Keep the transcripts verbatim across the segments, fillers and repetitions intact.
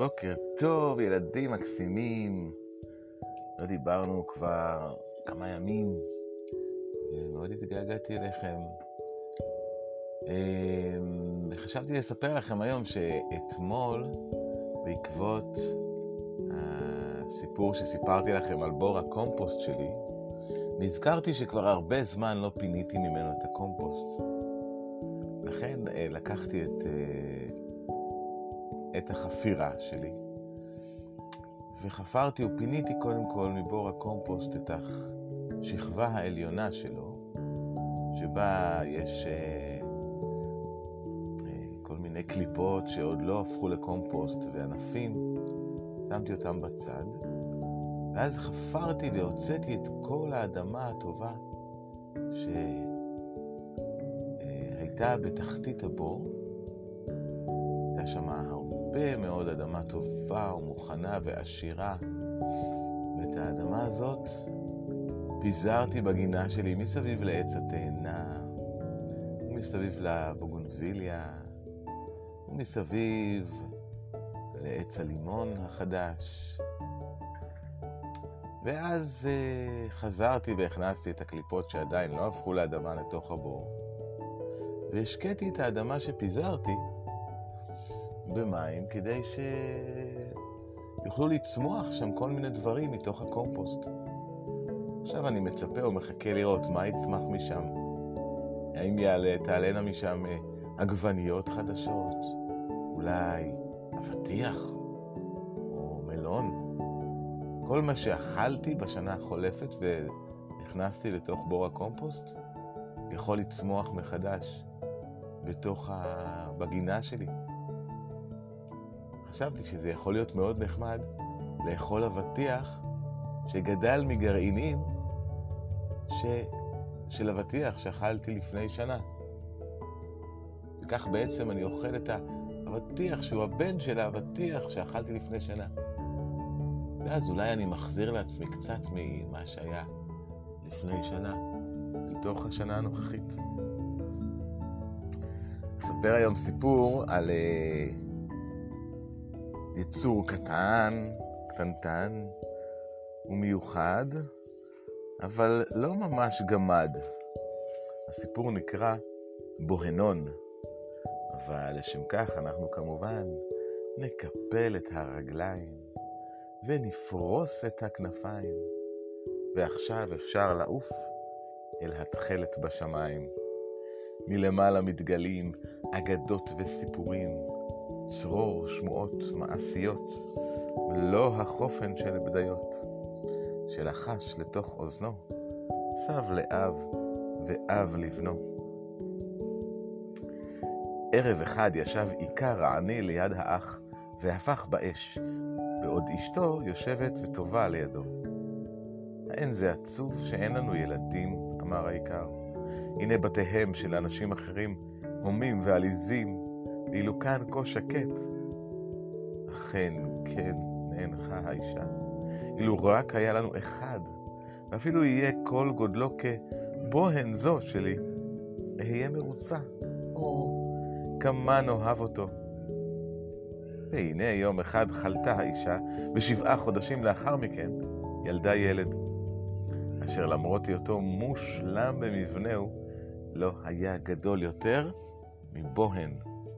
בוקר טוב, ילדים מקסימים. לא דיברנו כבר כמה ימים, ומאוד התגעגעתי אליכם. וחשבתי לספר לכם היום שאתמול, בעקבות הסיפור שסיפרתי לכם על בור הקומפוסט שלי, נזכרתי שכבר הרבה זמן לא פיניתי ממנו את הקומפוסט. לכן לקחתי את... את החפירה שלי, וחפרתי ופיניתי קודם כל מבור הקומפוסט את השכבה העליונה שלו, שבה יש אה, אה, כל מיני קליפות שעוד לא הפכו לקומפוסט וענפים. שמתי אותם בצד, ואז חפרתי והוצאתי את כל האדמה הטובה שהייתה בתחתית הבור. הייתה שם הרבה מאוד אדמה טובה ומוכנה ועשירה, ואת האדמה הזאת פיזרתי בגינה שלי מסביב לעץ התאנה, ומסביב לבוגונביליה, ומסביב לעץ הלימון החדש. ואז uh, חזרתי והכנסתי את הקליפות שעדיין לא הפכו לאדמה לתוך הבור, והשקעתי את האדמה שפיזרתי במים, כדי שיוכלו לצמוח שם כל מיני דברים מתוך הקומפוסט. עכשיו אני מצפה ומחכה לראות מה יצמח משם. האם יעלה, תעלנה משם עגבניות חדשות, אולי אבטיח או מלון. כל מה שאכלתי בשנה החולפת והכנסתי לתוך בור הקומפוסט יכול לצמוח מחדש בתוך בגינה שלי. חשבתי שזה יכול להיות מאוד נחמד לאכול אבטיח שגדל מגרעינים ש... של אבטיח שאכלתי לפני שנה. וכך בעצם אני אוכל את האבטיח שהוא הבן של האבטיח שאכלתי לפני שנה. ואז אולי אני מחזיר לעצמי קצת ממה שהיה לפני שנה, לתוך השנה הנוכחית. אספר היום סיפור על... יצור קטן, קטנטן ומיוחד, אבל לא ממש גמד. הסיפור נקרא בוהנון, אבל לשם כך אנחנו כמובן נקפל את הרגליים ונפרוס את הכנפיים, ועכשיו אפשר לעוף אל התכלת בשמיים. מלמעלה מתגלים אגדות וסיפורים, צרור שמועות מעשיות, ולא החופן של בדיות, שלחש לתוך אוזנו, סב לאב ואב לבנו. ערב אחד ישב עיקר העני ליד האח, והפך באש, בעוד אשתו יושבת וטובה לידו. האין זה עצוב שאין לנו ילדים, אמר העיקר. הנה בתיהם של אנשים אחרים הומים ועליזים, ואילו כאן כה שקט. אכן, כן, נענחה האישה. אילו רק היה לנו אחד, ואפילו יהיה כל גודלו כבוהן זו שלי, אהיה מרוצה. או, כמה נאהב אותו. והנה יום אחד חלתה האישה, ושבעה חודשים לאחר מכן ילדה ילד, אשר למרות היותו מושלם במבנהו, לא היה גדול יותר מבוהן.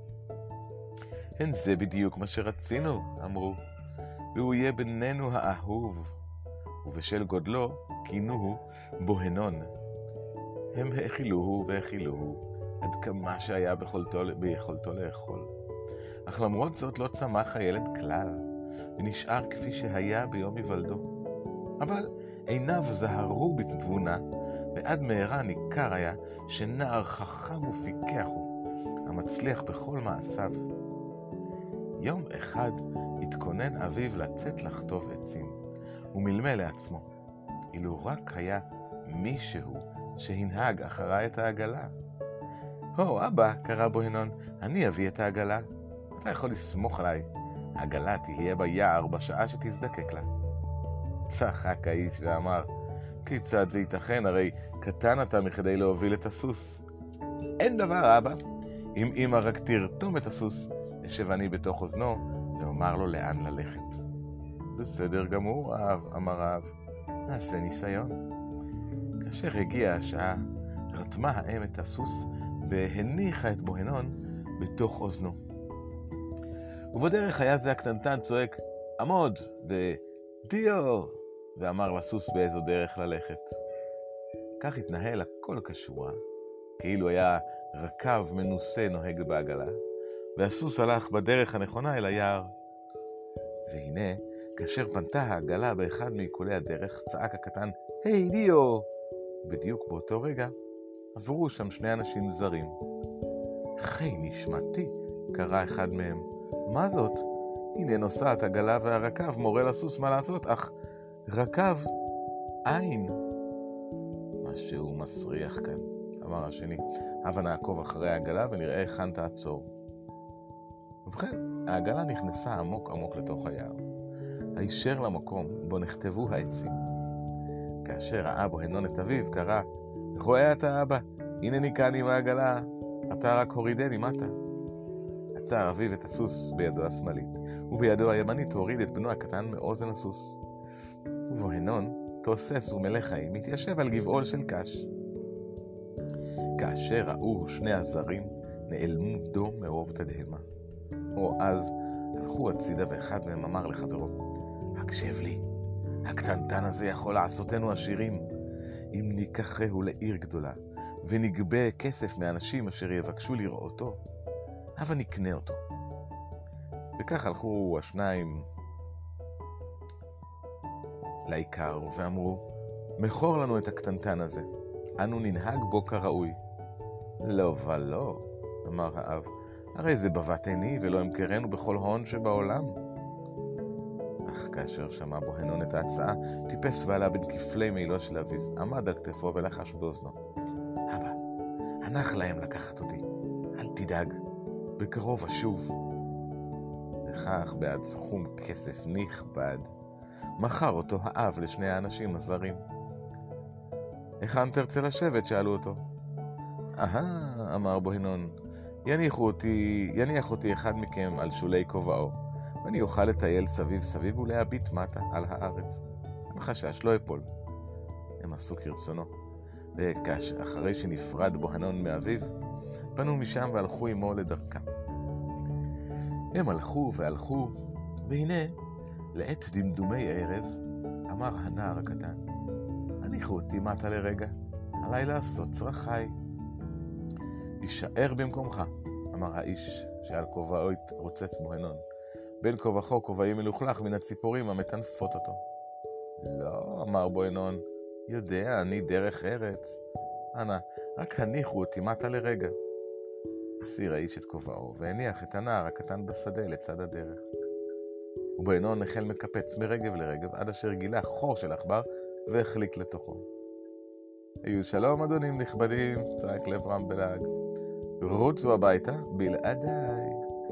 הן זה בדיוק מה שרצינו, אמרו, והוא יהיה בינינו האהוב, ובשל גודלו כינוהו בוהנון. הם האכילוהו והאכילוהו עד כמה שהיה ביכולתו, ביכולתו לאכול. אך למרות זאת לא צמח הילד כלל, ונשאר כפי שהיה ביום היוולדו. אבל עיניו זהרו בתבונה, ועד מהרה ניכר היה שנער חכם ופיקח הוא, המצליח בכל מעשיו. יום אחד התכונן אביו לצאת לחטוב עצים, ומלמה לעצמו, אילו רק היה מישהו שהנהג אחריי את העגלה. הו, אבא, קרא בוהנון, אני אביא את העגלה. אתה יכול לסמוך עליי, העגלה תהיה ביער בשעה שתזדקק לה. צחק האיש ואמר, כיצד זה ייתכן? הרי קטן אתה מכדי להוביל את הסוס. אין דבר, אבא. אם אמא רק תרתום את הסוס, אשב אני בתוך אוזנו, ואמר לו לאן ללכת. בסדר גמור, האב, אמר האב, נעשה ניסיון. כאשר הגיעה השעה, רתמה האם את הסוס והניחה את בוהנון בתוך אוזנו. ובדרך היה זה הקטנטן צועק, עמוד, ודיו, ואמר לסוס באיזו דרך ללכת. כך התנהל הכל כשורה, כאילו היה רכב מנוסה נוהג בעגלה, והסוס הלך בדרך הנכונה אל היער. והנה, כאשר פנתה העגלה באחד מעיקולי הדרך, צעק הקטן, היי דיו! בדיוק באותו רגע, עברו שם שני אנשים זרים. חי נשמתי, קרא אחד מהם. מה זאת? הנה נוסעת עגלה והרכב מורה לסוס מה לעשות, אך רכב אין. משהו מסריח כאן, אמר השני. הבה נעקוב אחרי העגלה ונראה היכן תעצור. ובכן, העגלה נכנסה עמוק עמוק לתוך היער. הישר למקום בו נכתבו העצים. כאשר ראה בוהנון את אביו, קרא, רואה אתה אבא, הנני כאן עם העגלה, אתה רק הורידני מטה. עצר אביו את הסוס בידו השמאלית, ובידו הימנית הוריד את בנו הקטן מאוזן הסוס. ובוהנון, תוסס ומלך חיים, מתיישב על גבעול של קש. כאשר ראו שני הזרים, נעלמו דום מרוב תדהמה. או אז הלכו הצידה ואחד מהם אמר לחברו, הקשב לי, הקטנטן הזה יכול לעשותנו עשירים, אם ניקחהו לעיר גדולה, ונגבה כסף מאנשים אשר יבקשו לראותו, אבל נקנה אותו. וכך הלכו השניים לעיקר ואמרו, מכור לנו את הקטנטן הזה, אנו ננהג בו כראוי. לא ולא, אמר האב, הרי זה בבת עיני ולא אמכרנו בכל הון שבעולם. אך כאשר שמע בוהנון את ההצעה, טיפס ועלה בין כפלי מעילו של אביו, עמד על כתפו ולחש באוזנו. אבא, הנח להם לקחת אותי, אל תדאג, בקרוב אשוב. וכך בעד סכום כסף נכבד, מכר אותו האב לשני האנשים הזרים. היכן תרצה לשבת? שאלו אותו. אהה, אמר בוהנון, יניחו אותי, יניח אותי אחד מכם על שולי כובעו, ואני אוכל לטייל סביב סביב ולהביט מטה על הארץ. אין חשש, לא אפול. הם עשו כרצונו, וכאשר אחרי שנפרד בוהנון מאביו, פנו משם והלכו עמו לדרכם. הם הלכו והלכו, והנה, לעת דמדומי ערב, אמר הנער הקטן, הניחו אותי מטה לרגע, עליי לעשות צרכיי. יישאר במקומך, אמר האיש שעל כובעו רוצץ בוהנון. בין כובעו כובעי מלוכלך מן הציפורים המטנפות אותו. לא, אמר בוהנון, יודע, אני דרך ארץ. אנא, רק הניחו אותי מטה לרגע. הסיר האיש את כובעו והניח את הנער הקטן בשדה לצד הדרך. ובוהנון החל מקפץ מרגב לרגב עד אשר גילה חור של עכבר והחליק לתוכו. היו שלום אדונים נכבדים, צעק לב רם בלעג. רוצו הביתה בלעדיי.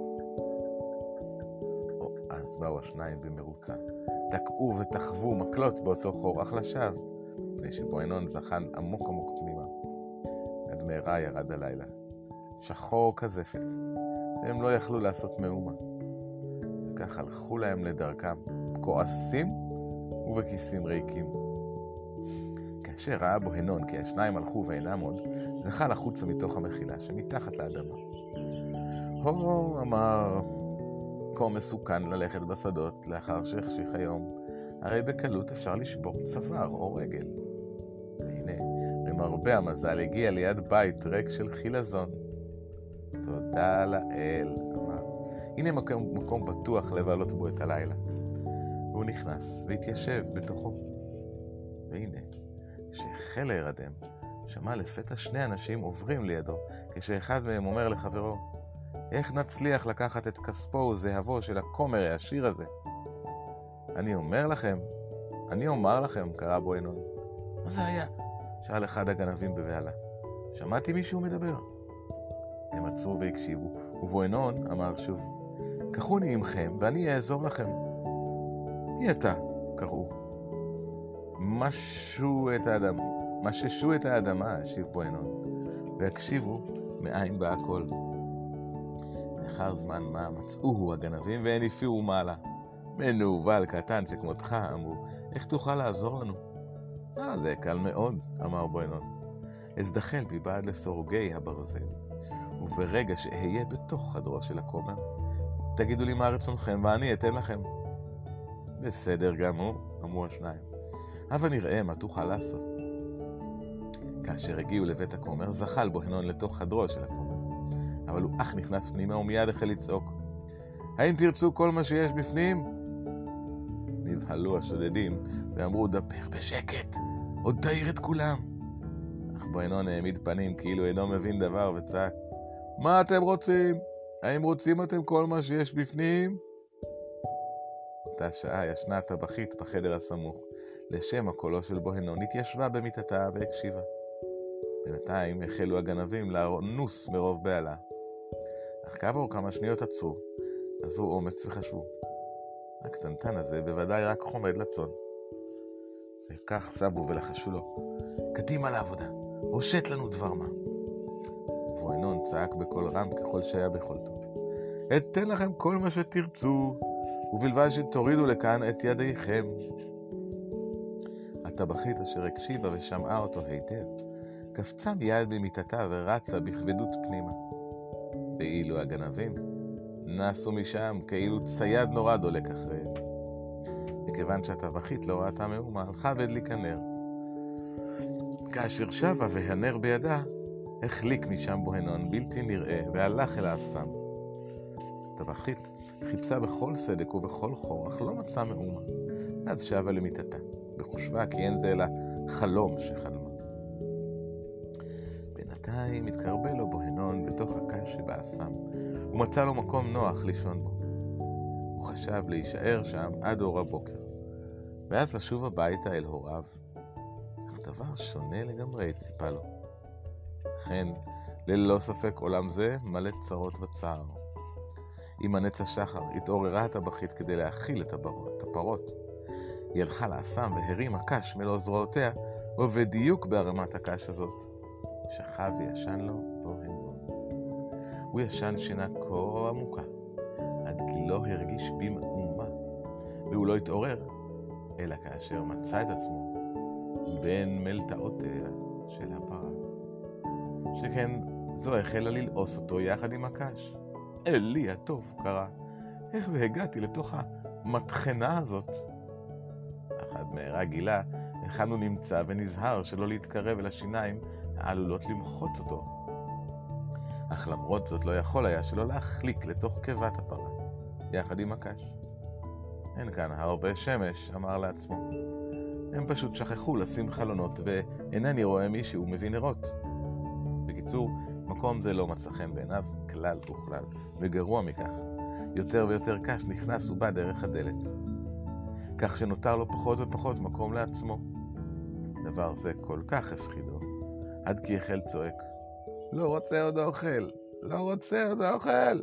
או, אז באו השניים במרוצה. תקעו ותחוו מקלות באותו חור, אך לשווא, מפני שבוהנון זחן עמוק עמוק פנימה. עד מהרה ירד הלילה. שחור כזפת, והם לא יכלו לעשות מאומה. וכך הלכו להם לדרכם, כועסים ובכיסים ריקים. כאשר ראה בוהנון כי השניים הלכו ואינם עוד, זחל החוצה מתוך המחילה שמתחת לאדמה. הו, אמר, כה מסוכן ללכת בשדות לאחר שהחשיך היום, הרי בקלות אפשר לשבור צוואר או רגל. והנה, למרבה המזל הגיע ליד בית ריק של חילזון. תודה לאל, אמר, הנה מקום, מקום בטוח לבלות בו את הלילה. והוא נכנס והתיישב בתוכו. והנה, כשהחל להירדם, שמע לפתע שני אנשים עוברים לידו, כשאחד מהם אומר לחברו, איך נצליח לקחת את כספו וזהבו של הכומר העשיר הזה? אני אומר לכם, אני אומר לכם, קרא בוהנון. מה זה היה? שאל אחד הגנבים בבהלה. שמעתי מישהו מדבר. הם עצרו והקשיבו, ובוהנון אמר שוב, קחוני עמכם ואני אעזור לכם. מי אתה? קראו. משו את האדמה, מששו את האדמה, השיב בוהנון, והקשיבו מאין בא הכל. לאחר זמן מה מצאוהו הגנבים והניפוהו מעלה. מנוול קטן שכמותך, אמרו, איך תוכל לעזור לנו? אה, זה קל מאוד, אמר בוהנון. אזדחל מבעד לסורגי הברזל, וברגע שאהיה בתוך חדרו של הכומר, תגידו לי מה רצונכם ואני אתן לכם. בסדר גמור, אמרו השניים, אבל נראה מה תוכל לעשות. כאשר הגיעו לבית הכומר, זחל בוהנון לתוך חדרו של הכומר, אבל הוא אך נכנס פנימה ומיד החל לצעוק. האם תרצו כל מה שיש בפנים? נבהלו השודדים ואמרו, דבר בשקט, עוד תעיר את כולם. אך בוהנון העמיד פנים כאילו אינו מבין דבר וצעק, מה אתם רוצים? האם רוצים אתם כל מה שיש בפנים? אותה שעה ישנה הטבחית בחדר הסמוך. לשם הקולו של בוהנון התיישבה במיטתה והקשיבה. בינתיים החלו הגנבים לאנוס מרוב בעלה. אך כעבור כמה שניות עצרו, עזרו אומץ וחשבו. הקטנטן הזה בוודאי רק חומד לצון. וכך שבו ולחשו לו, קדימה לעבודה, הושט לנו דבר מה. בוהנון צעק בקול רם ככל שהיה ביכולתו. אתן לכם כל מה שתרצו, ובלבד שתורידו לכאן את ידיכם. הטבחית אשר הקשיבה ושמעה אותו היטב, קפצה מיד במיטתה ורצה בכבדות פנימה. ואילו הגנבים נסו משם כאילו צייד נורא דולק אחריהם. מכיוון שהטבחית לא ראתה מאומה, הלכה והדליקה נר. כאשר שבה והנר בידה, החליק משם בוהנון בלתי נראה והלך אל האסם. הטבחית חיפשה בכל סדק ובכל חור, אך לא מצאה מאומה. אז שבה למיטתה, בחושבה כי אין זה אלא חלום שחלמה. בינתיים התקרבה לו בוהנון בתוך הקש שבאסם, ומצא לו מקום נוח לישון בו. הוא חשב להישאר שם עד אור הבוקר, ואז לשוב הביתה אל הוריו. אך דבר שונה לגמרי ציפה לו. לכן, ללא ספק עולם זה מלא צרות וצער. עם הנץ השחר התעוררה הטבחית כדי להאכיל את הפרות. היא הלכה לאסם והרים הקש מלוא זרועותיה, ובדיוק בהרמת הקש הזאת שכב וישן לו בוהנון. הוא ישן שינה כה עמוקה, עד כי לא הרגיש במאומה, והוא לא התעורר, אלא כאשר מצא את עצמו בין מלטעותיה של הפרה. שכן זו החלה ללעוס אותו יחד עם הקש. אלי הטוב קרא, איך זה הגעתי לתוך המטחנה הזאת? אחד מהרה גילה, היכן הוא נמצא ונזהר שלא להתקרב אל השיניים העלולות למחוץ אותו. אך למרות זאת לא יכול היה שלא להחליק לתוך קיבת הפרה, יחד עם הקש. אין כאן הרבה שמש, אמר לעצמו. הם פשוט שכחו לשים חלונות ואינני רואה מישהו מבין נרות. בקיצור, מקום זה לא מצא חן בעיניו כלל וכלל, וגרוע מכך, יותר ויותר קש נכנס ובא דרך הדלת. כך שנותר לו פחות ופחות מקום לעצמו. דבר זה כל כך הפחידו, עד כי החל צועק, לא רוצה עוד אוכל, לא רוצה עוד אוכל.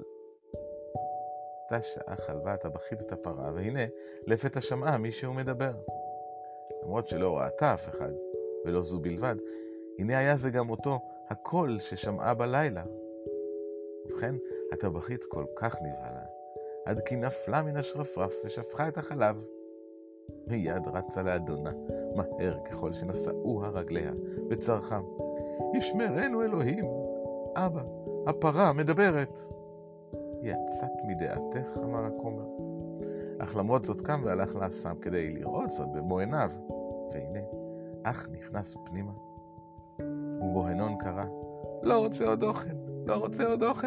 אותה שעה חלבה הטבחית את הפרה, והנה לפתע שמעה מישהו מדבר. למרות שלא ראתה אף אחד, ולא זו בלבד, הנה היה זה גם אותו הקול ששמעה בלילה. ובכן, הטבחית כל כך נבהלה, עד כי נפלה מן השרפרף ושפכה את החלב. מיד רצה לאדונה, מהר ככל שנשאוה רגליה, וצרחה, ישמרנו אלוהים, אבא, הפרה מדברת. יצאת מדעתך, אמר הכומר. אך למרות זאת קם והלך לאסם כדי לראות זאת במו עיניו, והנה, אך נכנס פנימה. ובוהנון קרא, לא רוצה עוד אוכל, לא רוצה עוד אוכל.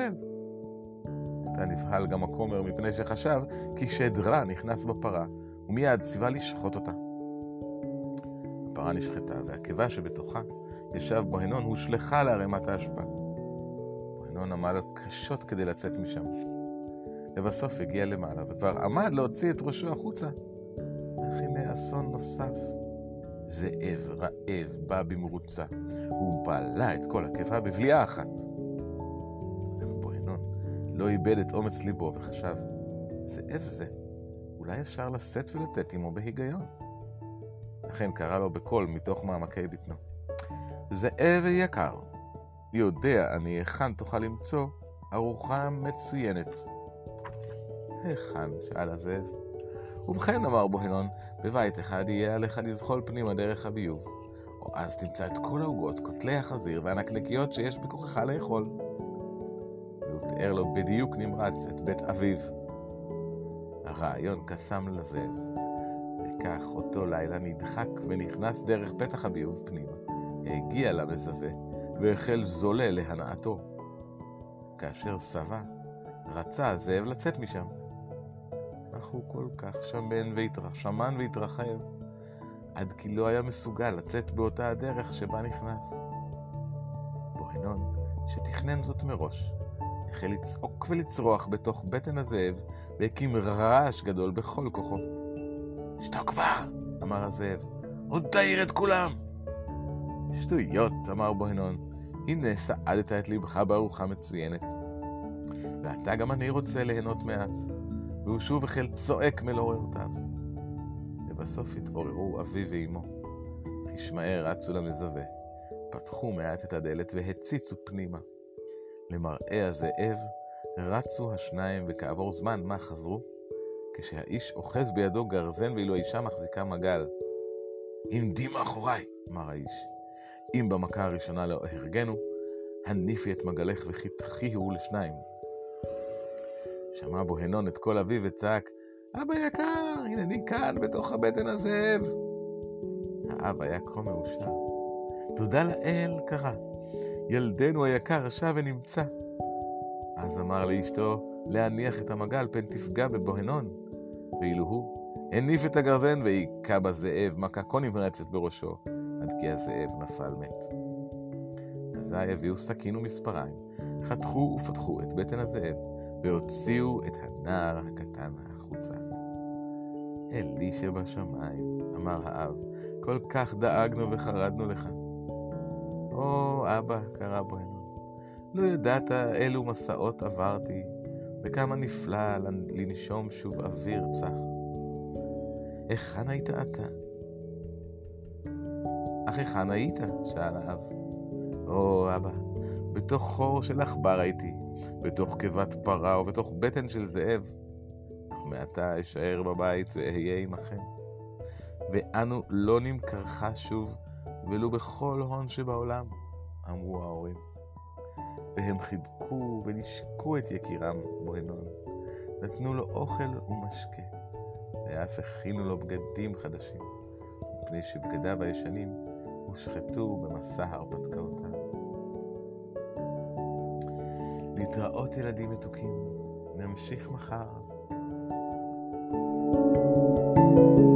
אתה נבהל גם הכומר מפני שחשב כי שדרה נכנס בפרה, ומיד ציווה לשחוט אותה. הפרה נשחטה, והקיבה שבתוכה ישב בוהנון הושלכה לערימת האשפה. בוהנון עמד קשות כדי לצאת משם. לבסוף הגיע למעלה, וכבר עמד להוציא את ראשו החוצה. אך הנה אסון נוסף. זאב רעב בא במרוצה, הוא בלע את כל הקיבה בבליעה אחת. אך בוהנון לא איבד את אומץ ליבו וחשב, זאב זה, אולי אפשר לשאת ולתת עמו בהיגיון. לכן קרא לו בקול מתוך מעמקי בטנו, זאב יקר, יודע אני היכן תוכל למצוא ארוחה מצוינת. היכן? שאל הזאב. ובכן, אמר בוהנון, בבית אחד יהיה עליך לזחול פנימה דרך הביוב. או אז תמצא את כל העוגות, קוטלי החזיר והנקנקיות שיש בכוחך לאכול. והוא תיאר לו בדיוק נמרץ את בית אביו. הרעיון קסם לזאב, וכך אותו לילה נדחק ונכנס דרך פתח הביוב פנימה, הגיע למזווה והחל זולה להנאתו. כאשר סבא, רצה הזאב לצאת משם. אך הוא כל כך שמן והתרח, שמן והתרחב, עד כי לא היה מסוגל לצאת באותה הדרך שבה נכנס. בוהנון, שתכנן זאת מראש, החל לצעוק ולצרוח בתוך בטן הזאב, והקים רעש גדול בכל כוחו. שתוק כבר, אמר הזאב, עוד תעיר את כולם. שטויות, אמר בוהנון, הנה סעדת את לבך בארוחה מצוינת. ואתה גם אני רוצה ליהנות מעט. והוא שוב החל צועק מלעוררותיו. ובסוף התעוררו אבי ואמו. כשמהר רצו למזווה, פתחו מעט את הדלת והציצו פנימה. למראה הזאב רצו השניים, וכעבור זמן מה חזרו? כשהאיש אוחז בידו גרזן ואילו האישה מחזיקה מגל. עמדי מאחוריי, אמר האיש. אם במכה הראשונה לא הרגנו, הניפי את מגלך וחתכיהו לשניים. שמע בוהנון את כל אביו וצעק, אבא יקר, הנני כאן בתוך הבטן הזאב. האב היה כה מאושר. תודה לאל, קרא, ילדנו היקר שב ונמצא. אז אמר לאשתו להניח את המגל פן תפגע בבוהנון, ואילו הוא הניף את הגרזן והיכה בזאב מכה כה נמרצת בראשו, עד כי הזאב נפל מת. אזי הביאו סכין ומספריים, חתכו ופתחו את בטן הזאב, והוציאו את הנער הקטן החוצה. אלי שבשמיים, אמר האב, כל כך דאגנו וחרדנו לך. או אבא, קרא בוהנון, לא ידעת אילו מסעות עברתי, וכמה נפלא לנשום שוב אוויר צח. היכן היית אתה? אך היכן היית? שאל האב. או אבא, בתוך חור של עכבר הייתי, בתוך קיבת פרה ובתוך בטן של זאב. אך מעתה אשאר בבית ואהיה עמכם. ואנו לא נמכרך שוב, ולו בכל הון שבעולם, אמרו ההורים. והם חיבקו ונשקו את יקירם בוהנון, נתנו לו אוכל ומשקה, ואף הכינו לו בגדים חדשים, מפני שבגדיו הישנים הושחתו במסע הרפתקאותיו. להתראות ילדים מתוקים, נמשיך מחר.